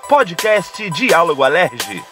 Podcast Diálogo Alerj.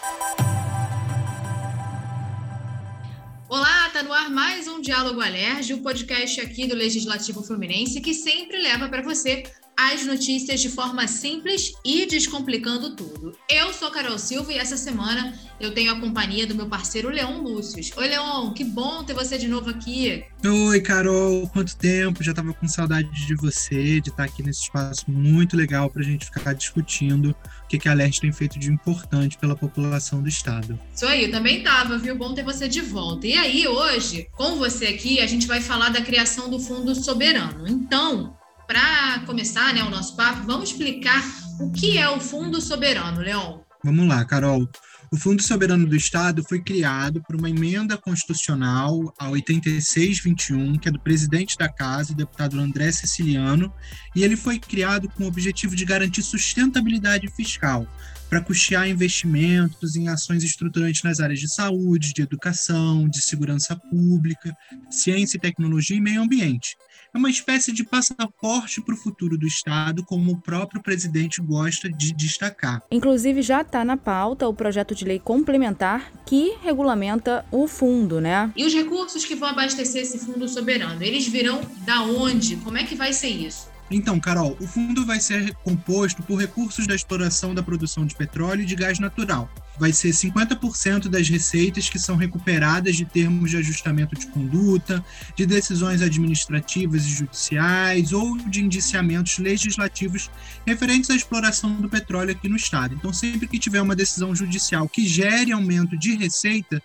Olá, tá no ar mais um Diálogo Alerj, o podcast aqui do Legislativo Fluminense que sempre leva para você as notícias de forma simples e descomplicando tudo. Eu sou Carol Silva e essa semana eu tenho a companhia do meu parceiro Leon Lúcius. Oi, Leon, que bom ter você de novo aqui. Oi, Carol, quanto tempo? Já estava com saudade de você, de estar aqui nesse espaço muito legal para a gente ficar discutindo o que a Alerj tem feito de importante pela população do estado. Isso aí, eu também estava, viu? Bom ter você de volta. E aí, hoje, com você aqui, a gente vai falar da criação do Fundo Soberano. Então, para começar, o nosso papo, vamos explicar o que é o Fundo Soberano, Leon. Vamos lá, Carol. O Fundo Soberano do Estado foi criado por uma emenda constitucional, a 8621, que é do presidente da Casa, o deputado André Siciliano, e ele foi criado com o objetivo de garantir sustentabilidade fiscal, para custear investimentos em ações estruturantes nas áreas de saúde, de educação, de segurança pública, ciência e tecnologia e meio ambiente. É uma espécie de passaporte para o futuro do Estado, como o próprio presidente gosta de destacar. Inclusive, já está na pauta o projeto de lei complementar que regulamenta o fundo, né? E os recursos que vão abastecer esse fundo soberano, eles virão da onde? Como é que vai ser isso? Então, Carol, o fundo vai ser composto por recursos da exploração da produção de petróleo e de gás natural. Vai ser 50% das receitas que são recuperadas de termos de ajustamento de conduta, de decisões administrativas e judiciais ou de indiciamentos legislativos referentes à exploração do petróleo aqui no estado. Então, sempre que tiver uma decisão judicial que gere aumento de receita,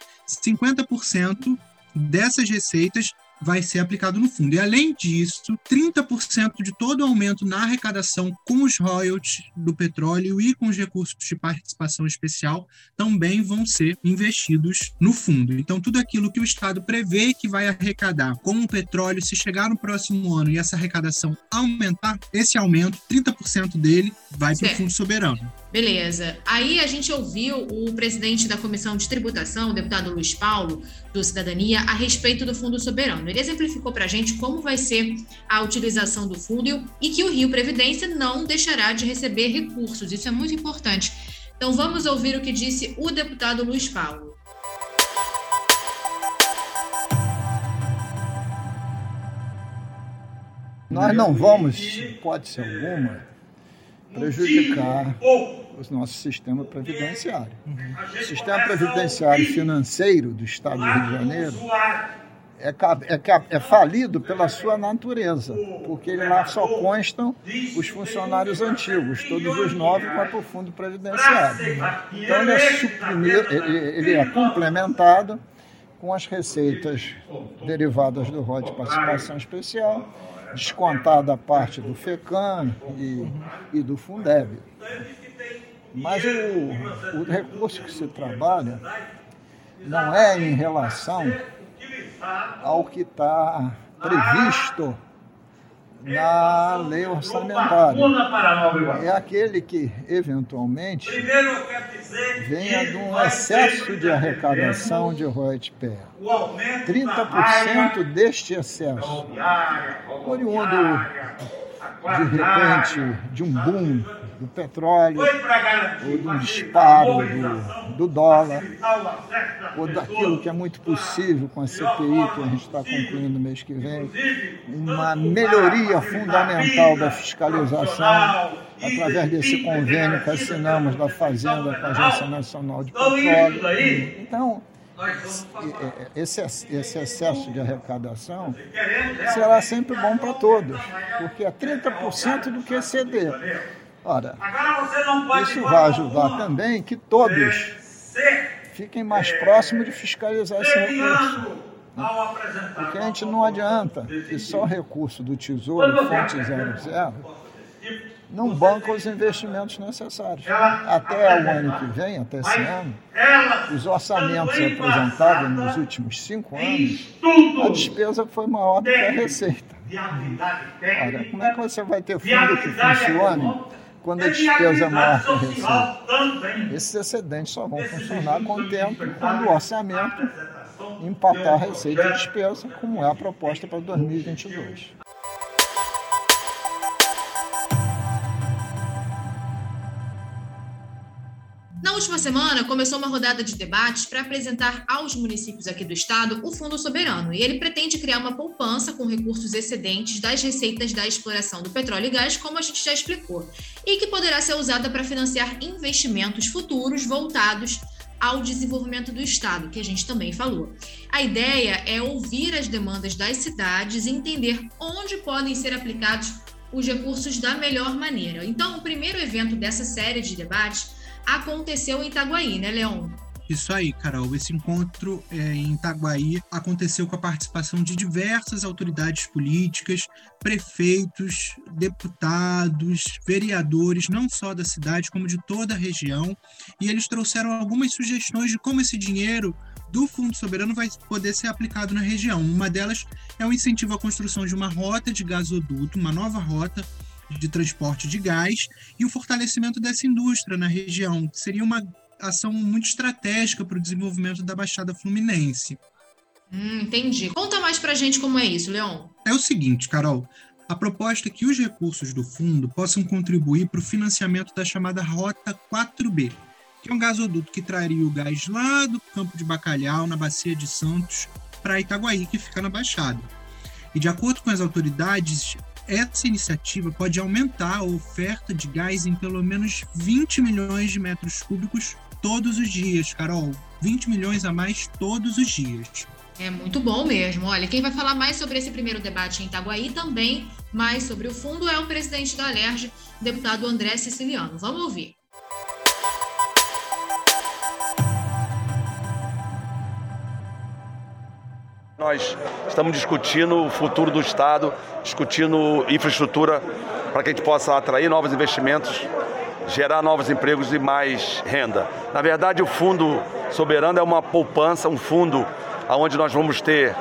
50% dessas receitas vai ser aplicado no fundo. E, além disso, 30% de todo o aumento na arrecadação com os royalties do petróleo e com os recursos de participação especial também vão ser investidos no fundo. Então, tudo aquilo que o Estado prevê que vai arrecadar com o petróleo, se chegar no próximo ano e essa arrecadação aumentar, esse aumento, 30% dele, vai para o Fundo Soberano. Beleza. Aí a gente ouviu o presidente da Comissão de Tributação, o deputado Luiz Paulo, do Cidadania, a respeito do Fundo Soberano. Ele exemplificou para a gente como vai ser a utilização do fundo e que o Rio Previdência não deixará de receber recursos. Isso é muito importante. Então vamos ouvir o que disse o deputado Luiz Paulo. Nós não vamos, hipótese alguma, prejudicar o nosso sistema previdenciário. O sistema previdenciário financeiro do Estado do Rio de Janeiro é falido pela sua natureza, porque lá só constam os funcionários antigos, todos os novos vão para o fundo previdenciário. Então ele é complementado com as receitas derivadas do rol de participação especial, descontada a parte do FECAM e do Fundeb. Mas o recurso que se trabalha não é em relação ao que está previsto na lei orçamentária. É aquele que, eventualmente, venha de um excesso de arrecadação de royalties PEA. 30% deste excesso, oriundo, de repente, de um boom do petróleo, ou de um disparo do dólar, ou daquilo que é muito possível com a CPI, que a gente está concluindo no mês que vem, uma melhoria fundamental da fiscalização, através desse convênio que assinamos da Fazenda com a Agência Nacional de Petróleo. Então, esse excesso de arrecadação será sempre bom para todos, porque é 30% do que exceder. Ora, isso vai ajudar também que todos fiquem mais próximos de fiscalizar esse recurso. Porque a gente não adianta que só o recurso do Tesouro, fonte 00, não banca os investimentos necessários. Até o ano que vem, até esse ano, os orçamentos apresentados nos últimos 5 anos, a despesa foi maior do que a receita. Ora, como é que você vai ter fundo que funcione quando a despesa é maior que a receita? Esses excedentes só vão funcionar com o tempo, quando o orçamento empatar a receita e a despesa, como é a proposta para 2022. Na última semana, começou uma rodada de debates para apresentar aos municípios aqui do estado o Fundo Soberano. E ele pretende criar uma poupança com recursos excedentes das receitas da exploração do petróleo e gás, como a gente já explicou, e que poderá ser usada para financiar investimentos futuros voltados ao desenvolvimento do estado, que a gente também falou. A ideia é ouvir as demandas das cidades e entender onde podem ser aplicados os recursos da melhor maneira. Então, o primeiro evento dessa série de debates aconteceu em Itaguaí, né, Leon? Isso aí, Carol. Esse encontro em Itaguaí aconteceu com a participação de diversas autoridades políticas, prefeitos, deputados, vereadores, não só da cidade, como de toda a região, e eles trouxeram algumas sugestões de como esse dinheiro do Fundo Soberano vai poder ser aplicado na região. Uma delas é o incentivo à construção de uma rota de gasoduto, uma nova rota de transporte de gás e o fortalecimento dessa indústria na região, que seria uma ação muito estratégica para o desenvolvimento da Baixada Fluminense. Entendi. Conta mais para a gente como é isso, Leon. É o seguinte, Carol, a proposta é que os recursos do fundo possam contribuir para o financiamento da chamada Rota 4B, que é um gasoduto que traria o gás lá do Campo de Bacalhau, na Bacia de Santos, para Itaguaí, que fica na Baixada. E de acordo com as autoridades, essa iniciativa pode aumentar a oferta de gás em pelo menos 20 milhões de metros cúbicos todos os dias, Carol. 20 milhões a mais todos os dias. É muito bom mesmo. Olha, quem vai falar mais sobre esse primeiro debate em Itaguaí, também mais sobre o fundo, é o presidente da Alerj, o deputado André Siciliano. Vamos ouvir. Nós estamos discutindo o futuro do Estado, discutindo infraestrutura para que a gente possa atrair novos investimentos, gerar novos empregos e mais renda. Na verdade, o Fundo Soberano é uma poupança, um fundo onde nós vamos ter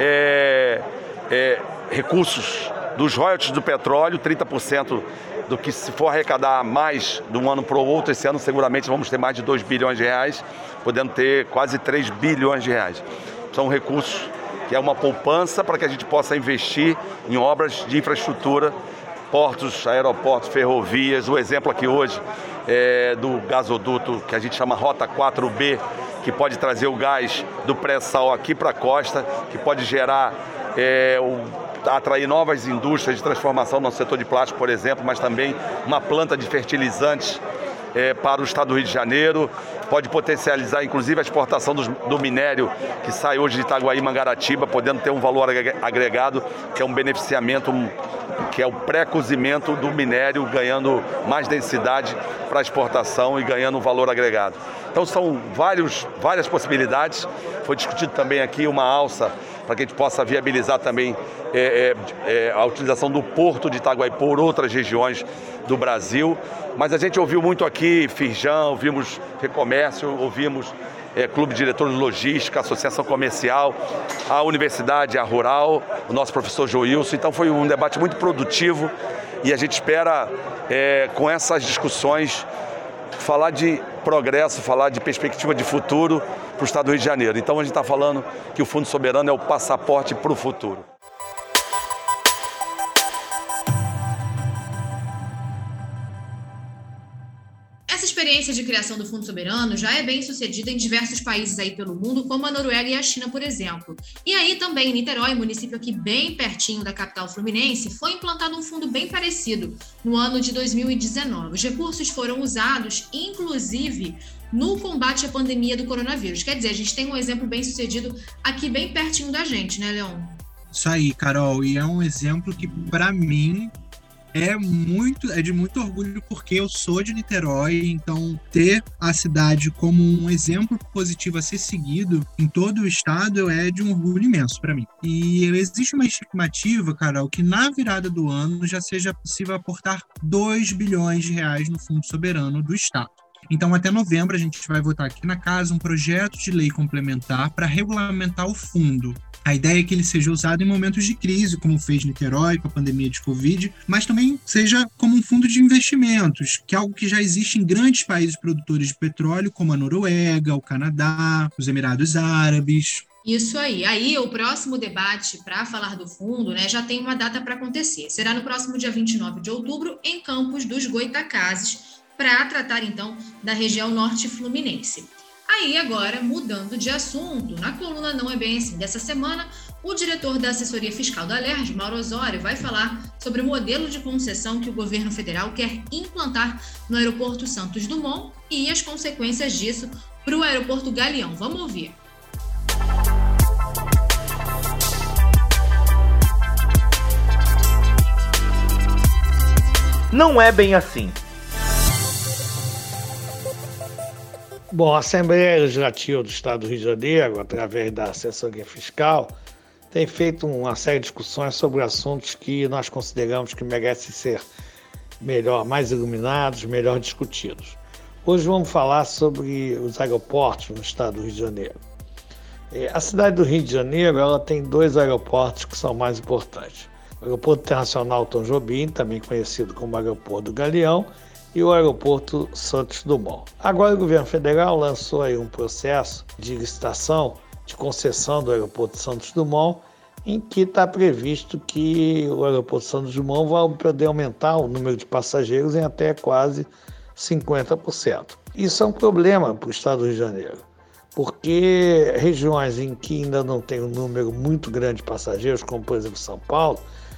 recursos dos royalties do petróleo, 30% do que se for arrecadar mais de um ano para o outro. Esse ano seguramente vamos ter mais de 2 bilhões de reais, podendo ter quase 3 bilhões de reais. São recursos que é uma poupança para que a gente possa investir em obras de infraestrutura, portos, aeroportos, ferrovias. O exemplo aqui hoje é do gasoduto que a gente chama Rota 4B, que pode trazer o gás do pré-sal aqui para a costa, que pode gerar, atrair novas indústrias de transformação no setor de plástico, por exemplo, mas também uma planta de fertilizantes para o estado do Rio de Janeiro, pode potencializar inclusive a exportação do minério que sai hoje de Itaguaí e Mangaratiba, podendo ter um valor agregado, que é um beneficiamento, que é o pré-cozimento do minério, ganhando mais densidade para exportação e ganhando um valor agregado. Então são várias possibilidades. Foi discutido também aqui uma alça para que a gente possa viabilizar também a utilização do porto de Itaguaí por outras regiões do Brasil. Mas a gente ouviu muito aqui Firjan, ouvimos Recomércio, ouvimos Clube de Diretores de Logística, Associação Comercial, a Universidade, a Rural, o nosso professor Joilson. Então foi um debate muito produtivo e a gente espera, com essas discussões, falar de progresso, falar de perspectiva de futuro para o estado do Rio de Janeiro. Então a gente está falando que o Fundo Soberano é o passaporte para o futuro. Essa experiência de criação do Fundo Soberano já é bem sucedida em diversos países aí pelo mundo, como a Noruega e a China, por exemplo. E aí também em Niterói, município aqui bem pertinho da capital fluminense, foi implantado um fundo bem parecido no ano de 2019. Os recursos foram usados, inclusive, no combate à pandemia do coronavírus. Quer dizer, a gente tem um exemplo bem sucedido aqui bem pertinho da gente, né, Leon? Isso aí, Carol. E é um exemplo que, para mim, é de muito orgulho, porque eu sou de Niterói, então ter a cidade como um exemplo positivo a ser seguido em todo o estado é de um orgulho imenso para mim. E existe uma estimativa, Carol, que na virada do ano já seja possível aportar 2 bilhões de reais no Fundo Soberano do estado. Então, até novembro, a gente vai votar aqui na casa um projeto de lei complementar para regulamentar o fundo. A ideia é que ele seja usado em momentos de crise, como fez Niterói com a pandemia de Covid, mas também seja como um fundo de investimentos, que é algo que já existe em grandes países produtores de petróleo, como a Noruega, o Canadá, os Emirados Árabes. Isso aí. Aí o próximo debate para falar do fundo, né, já tem uma data para acontecer. Será no próximo dia 29 de outubro, em Campos dos Goitacazes, para tratar, então, da região norte fluminense. Aí, agora, mudando de assunto, na coluna Não é Bem Assim dessa semana, o diretor da assessoria fiscal da Alerj, Mauro Osório, vai falar sobre o modelo de concessão que o governo federal quer implantar no aeroporto Santos Dumont e as consequências disso para o aeroporto Galeão. Vamos ouvir. Não é bem assim. Bom, a Assembleia Legislativa do Estado do Rio de Janeiro, através da assessoria fiscal, tem feito uma série de discussões sobre assuntos que nós consideramos que merecem ser mais iluminados, melhor discutidos. Hoje vamos falar sobre os aeroportos no Estado do Rio de Janeiro. A cidade do Rio de Janeiro ela tem 2 aeroportos que são mais importantes. O Aeroporto Internacional Tom Jobim, também conhecido como Aeroporto do Galeão, e o Aeroporto Santos Dumont. Agora o governo federal lançou aí um processo de licitação de concessão do Aeroporto Santos Dumont, em que está previsto que o Aeroporto Santos Dumont vai poder aumentar o número de passageiros em até quase 50%. Isso é um problema para o Estado do Rio de Janeiro, porque regiões em que ainda não tem um número muito grande de passageiros, como por exemplo São Paulo,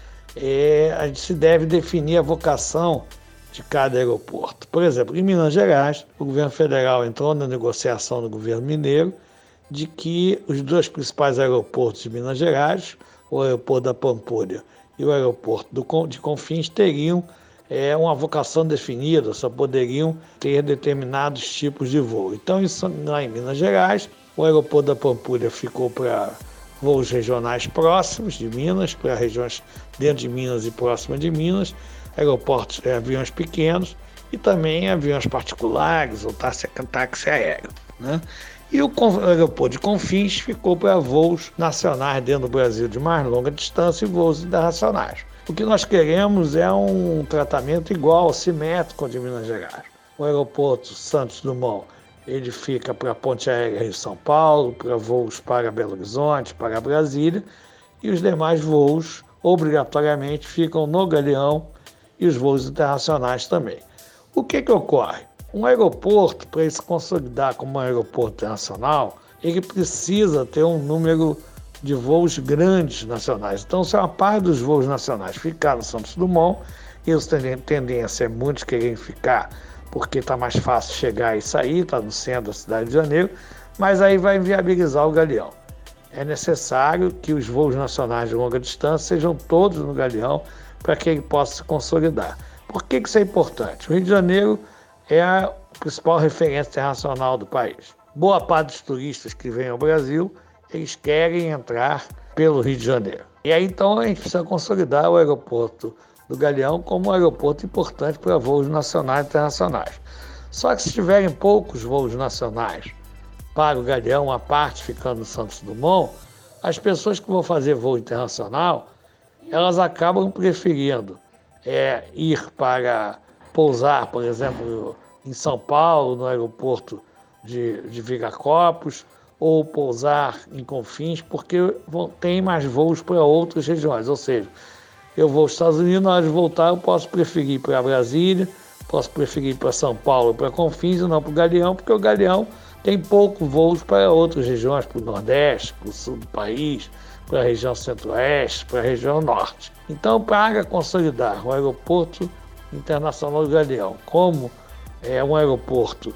a gente se deve definir a vocação de cada aeroporto. Por exemplo, em Minas Gerais, o governo federal entrou na negociação do governo mineiro de que os 2 principais aeroportos de Minas Gerais, o aeroporto da Pampulha e o aeroporto de Confins, teriam uma vocação definida, só poderiam ter determinados tipos de voo. Então, lá em Minas Gerais, o aeroporto da Pampulha ficou para voos regionais próximos de Minas, para regiões dentro de Minas e próximas de Minas, aeroportos, aviões pequenos e também aviões particulares ou táxi aéreo, né? E o aeroporto de Confins ficou para voos nacionais dentro do Brasil de mais longa distância e voos internacionais. O que nós queremos é um tratamento igual, simétrico de Minas Gerais. O aeroporto Santos Dumont ele fica para a Ponte Aérea Rio-São Paulo, para voos para Belo Horizonte, para Brasília, e os demais voos obrigatoriamente ficam no Galeão e os voos internacionais também. O que ocorre? Um aeroporto, para ele se consolidar como um aeroporto internacional, ele precisa ter um número de voos grandes nacionais. Então, se uma parte dos voos nacionais ficar no Santos Dumont, eles têm tendência a muitos querem ficar porque está mais fácil chegar e sair, está no centro da cidade de Janeiro, mas aí vai inviabilizar o Galeão. É necessário que os voos nacionais de longa distância sejam todos no Galeão para que ele possa se consolidar. Por que isso é importante? O Rio de Janeiro é a principal referência internacional do país. Boa parte dos turistas que vêm ao Brasil, eles querem entrar pelo Rio de Janeiro. E aí, então, a gente precisa consolidar o aeroporto do Galeão como um aeroporto importante para voos nacionais e internacionais. Só que se tiverem poucos voos nacionais para o Galeão, a parte ficando no Santos Dumont, as pessoas que vão fazer voo internacional, elas acabam preferindo ir para pousar, por exemplo, em São Paulo, no aeroporto de Viracopos, ou pousar em Confins, porque tem mais voos para outras regiões. Ou seja, eu vou aos Estados Unidos, na hora de voltar eu posso preferir para Brasília, posso preferir para São Paulo, para Confins e não para o Galeão, porque o Galeão tem poucos voos para outras regiões, para o Nordeste, para o Sul do país, para a região Centro-Oeste, para a região Norte. Então, para consolidar o aeroporto internacional do Galeão como um aeroporto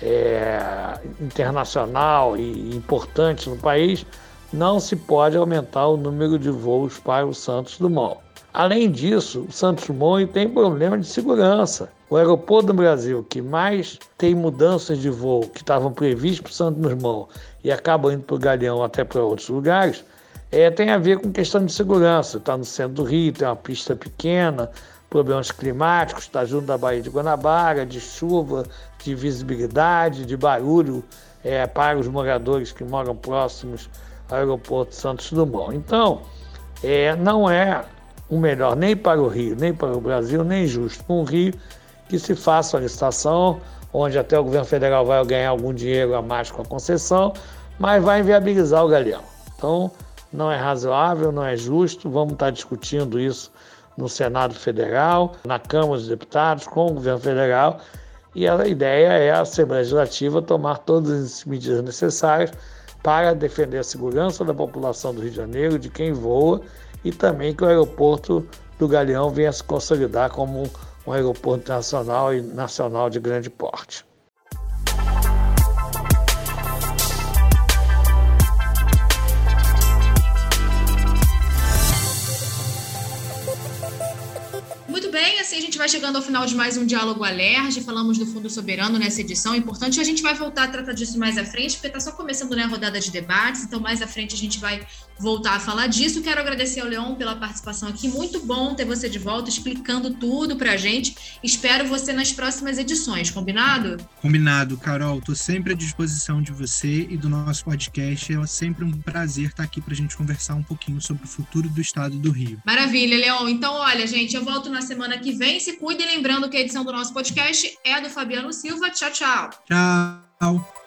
internacional e importante no país, não se pode aumentar o número de voos para o Santos Dumont. Além disso, o Santos Dumont tem problema de segurança. O aeroporto do Brasil que mais tem mudanças de voo que estavam previstas para o Santos Dumont e acabam indo para o Galeão até para outros lugares, tem a ver com questão de segurança. Está no centro do Rio, tem uma pista pequena, problemas climáticos, está junto da Baía de Guanabara, de chuva, de visibilidade, de barulho para os moradores que moram próximos ao aeroporto Santos Dumont. Então, não é o melhor nem para o Rio, nem para o Brasil, nem justo com o Rio que se faça uma licitação, onde até o governo federal vai ganhar algum dinheiro a mais com a concessão, mas vai inviabilizar o Galeão. Então, não é razoável, não é justo, vamos estar discutindo isso no Senado Federal, na Câmara dos Deputados, com o governo federal, e a ideia é a Assembleia Legislativa tomar todas as medidas necessárias para defender a segurança da população do Rio de Janeiro, de quem voa, e também que o aeroporto do Galeão venha se consolidar como um aeroporto internacional e nacional de grande porte. Muito bem, assim a gente vai chegando ao final de mais um Diálogo Alerj. Falamos do Fundo Soberano nessa edição. É importante, a gente vai voltar a tratar disso mais à frente, porque está só começando, né, a rodada de debates, então mais à frente a gente vai voltar a falar disso. Quero agradecer ao Leon pela participação aqui. Muito bom ter você de volta, explicando tudo para a gente. Espero você nas próximas edições, combinado? Combinado, Carol. Estou sempre à disposição de você e do nosso podcast. É sempre um prazer estar aqui para a gente conversar um pouquinho sobre o futuro do estado do Rio. Maravilha, Leon. Então, olha, gente, eu volto na semana que vem. Se cuidem, lembrando que a edição do nosso podcast é do Fabiano Silva. Tchau, tchau. Tchau.